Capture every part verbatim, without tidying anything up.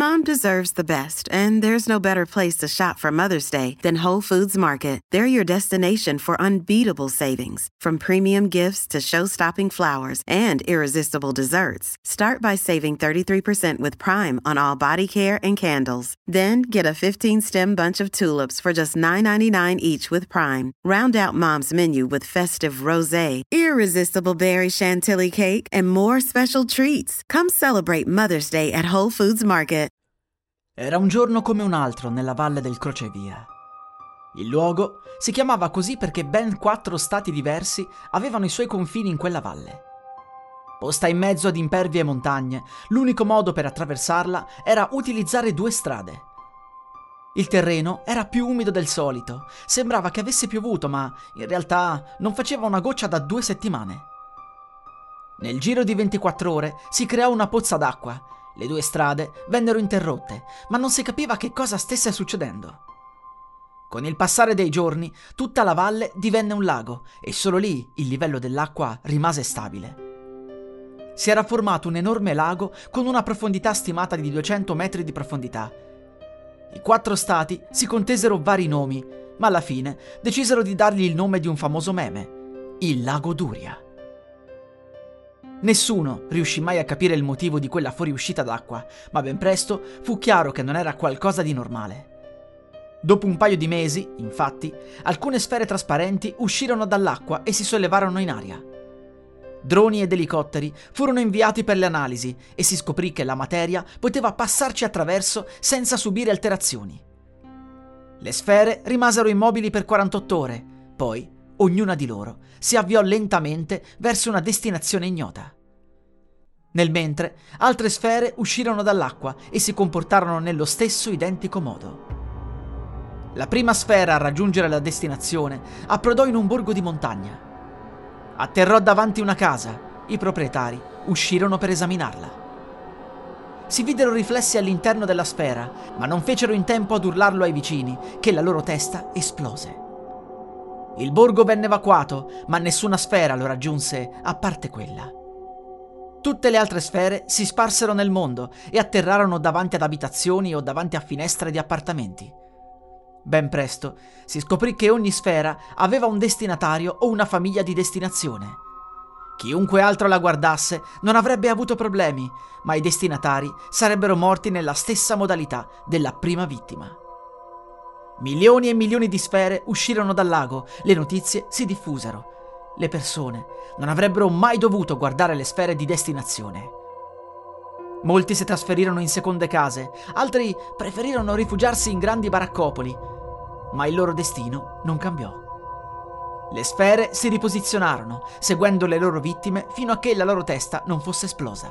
Mom deserves the best, and there's no better place to shop for Mother's Day than Whole Foods Market. They're your destination for unbeatable savings, from premium gifts to show-stopping flowers and irresistible desserts. Start by saving thirty-three percent with Prime on all body care and candles. Then get a fifteen-stem bunch of tulips for just nine ninety-nine each with Prime. Round out Mom's menu with festive rosé, irresistible berry chantilly cake, and more special treats. Come celebrate Mother's Day at Whole Foods Market. Era un giorno come un altro nella valle del crocevia. Il luogo si chiamava così perché ben quattro stati diversi avevano i suoi confini in quella valle. Posta in mezzo ad impervie montagne, l'unico modo per attraversarla era utilizzare due strade. Il terreno era più umido del solito, sembrava che avesse piovuto, ma in realtà non faceva una goccia da due settimane. Nel giro di ventiquattro ore si creò una pozza d'acqua. Le due strade vennero interrotte, ma non si capiva che cosa stesse succedendo. Con il passare dei giorni, tutta la valle divenne un lago e solo lì il livello dell'acqua rimase stabile. Si era formato un enorme lago con una profondità stimata di duecento metri di profondità. I quattro stati si contesero vari nomi, ma alla fine decisero di dargli il nome di un famoso meme, il lago Duria. Nessuno riuscì mai a capire il motivo di quella fuoriuscita d'acqua, ma ben presto fu chiaro che non era qualcosa di normale. Dopo un paio di mesi, infatti, alcune sfere trasparenti uscirono dall'acqua e si sollevarono in aria. Droni ed elicotteri furono inviati per le analisi e si scoprì che la materia poteva passarci attraverso senza subire alterazioni. Le sfere rimasero immobili per quarantotto ore, poi ognuna di loro si avviò lentamente verso una destinazione ignota. Nel mentre, altre sfere uscirono dall'acqua e si comportarono nello stesso identico modo. La prima sfera a raggiungere la destinazione approdò in un borgo di montagna. Atterrò davanti una casa. I proprietari uscirono per esaminarla. Si videro riflessi all'interno della sfera, ma non fecero in tempo ad urlarlo ai vicini, che la loro testa esplose. Il borgo venne evacuato, ma nessuna sfera lo raggiunse a parte quella. Tutte le altre sfere si sparsero nel mondo e atterrarono davanti ad abitazioni o davanti a finestre di appartamenti. Ben presto si scoprì che ogni sfera aveva un destinatario o una famiglia di destinazione. Chiunque altro la guardasse non avrebbe avuto problemi, ma i destinatari sarebbero morti nella stessa modalità della prima vittima. Milioni e milioni di sfere uscirono dal lago, le notizie si diffusero. Le persone non avrebbero mai dovuto guardare le sfere di destinazione. Molti si trasferirono in seconde case, altri preferirono rifugiarsi in grandi baraccopoli, ma il loro destino non cambiò. Le sfere si riposizionarono, seguendo le loro vittime fino a che la loro testa non fosse esplosa.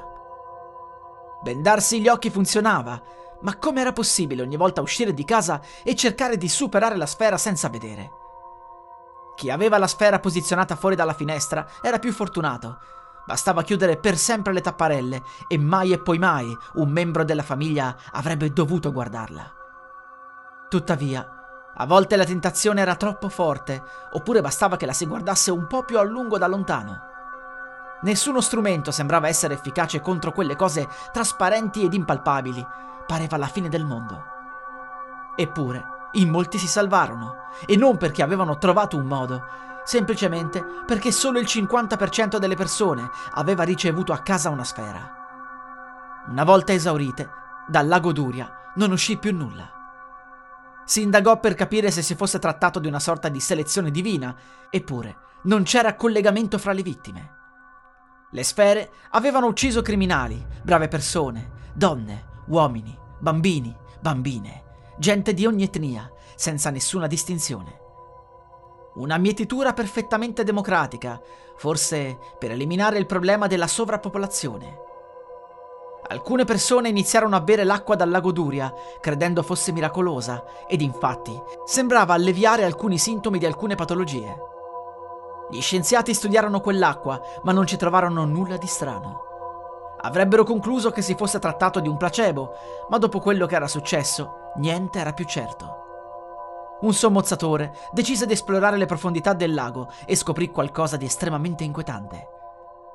Bendarsi gli occhi funzionava, ma come era possibile ogni volta uscire di casa e cercare di superare la sfera senza vedere? Chi aveva la sfera posizionata fuori dalla finestra era più fortunato. Bastava chiudere per sempre le tapparelle e mai e poi mai un membro della famiglia avrebbe dovuto guardarla. Tuttavia, a volte la tentazione era troppo forte, oppure bastava che la si guardasse un po' più a lungo da lontano. Nessuno strumento sembrava essere efficace contro quelle cose trasparenti ed impalpabili. Pareva la fine del mondo. Eppure, in molti si salvarono, e non perché avevano trovato un modo, semplicemente perché solo il cinquanta per cento delle persone aveva ricevuto a casa una sfera. Una volta esaurite, dal lago Duria non uscì più nulla. Si indagò per capire se si fosse trattato di una sorta di selezione divina, eppure non c'era collegamento fra le vittime. Le sfere avevano ucciso criminali, brave persone, donne, uomini, bambini, bambine, gente di ogni etnia, senza nessuna distinzione. Una mietitura perfettamente democratica, forse per eliminare il problema della sovrappopolazione. Alcune persone iniziarono a bere l'acqua dal lago Duria, credendo fosse miracolosa, ed infatti sembrava alleviare alcuni sintomi di alcune patologie. Gli scienziati studiarono quell'acqua, ma non ci trovarono nulla di strano. Avrebbero concluso che si fosse trattato di un placebo, ma dopo quello che era successo, niente era più certo. Un sommozzatore decise di esplorare le profondità del lago e scoprì qualcosa di estremamente inquietante.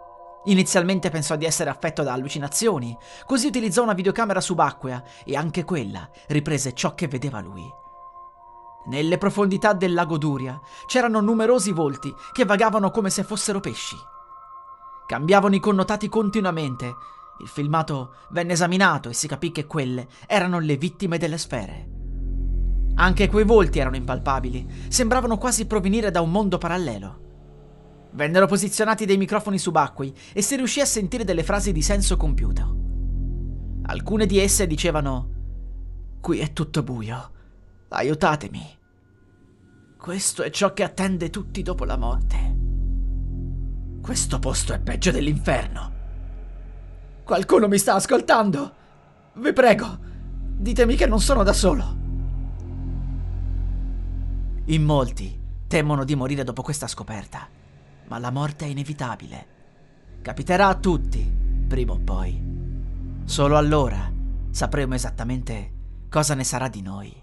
Inizialmente pensò di essere affetto da allucinazioni, così utilizzò una videocamera subacquea e anche quella riprese ciò che vedeva lui. Nelle profondità del lago Duria c'erano numerosi volti che vagavano come se fossero pesci. Cambiavano i connotati continuamente. Il filmato venne esaminato e si capì che quelle erano le vittime delle sfere. Anche quei volti erano impalpabili, sembravano quasi provenire da un mondo parallelo. Vennero posizionati dei microfoni subacquei e si riuscì a sentire delle frasi di senso compiuto. Alcune di esse dicevano: «Qui è tutto buio, aiutatemi. Questo è ciò che attende tutti dopo la morte. Questo posto è peggio dell'inferno. Qualcuno mi sta ascoltando? Vi prego, ditemi che non sono da solo». In molti temono di morire dopo questa scoperta, ma la morte è inevitabile. Capiterà a tutti, prima o poi. Solo allora sapremo esattamente cosa ne sarà di noi.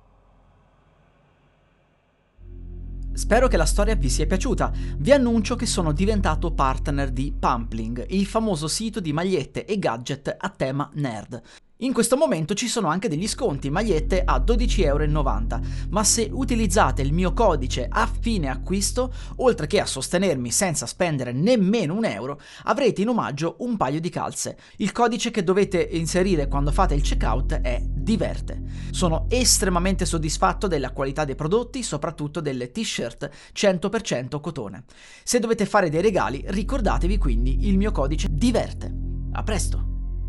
Spero che la storia vi sia piaciuta. Vi annuncio che sono diventato partner di Pumpling, il famoso sito di magliette e gadget a tema nerd. In questo momento ci sono anche degli sconti, magliette a dodici e novanta euro, ma se utilizzate il mio codice a fine acquisto, oltre che a sostenermi senza spendere nemmeno un euro, avrete in omaggio un paio di calze. Il codice che dovete inserire quando fate il checkout è DIVERTE. Sono estremamente soddisfatto della qualità dei prodotti, soprattutto delle t-shirt cento per cento cotone. Se dovete fare dei regali, ricordatevi quindi il mio codice DIVERTE. A presto!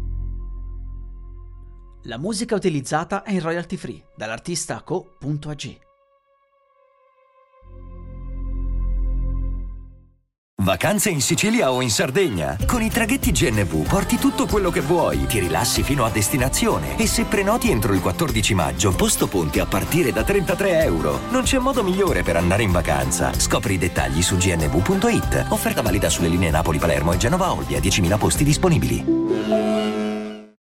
La musica utilizzata è in royalty free dall'artista co punto a g. Vacanze in Sicilia o in Sardegna? Con i traghetti G N V porti tutto quello che vuoi, ti rilassi fino a destinazione e se prenoti entro il quattordici maggio, posto ponti a partire da trentatré euro. Non c'è modo migliore per andare in vacanza. Scopri i dettagli su g n v punto i t. Offerta valida sulle linee Napoli-Palermo e Genova-Olbia, diecimila posti disponibili.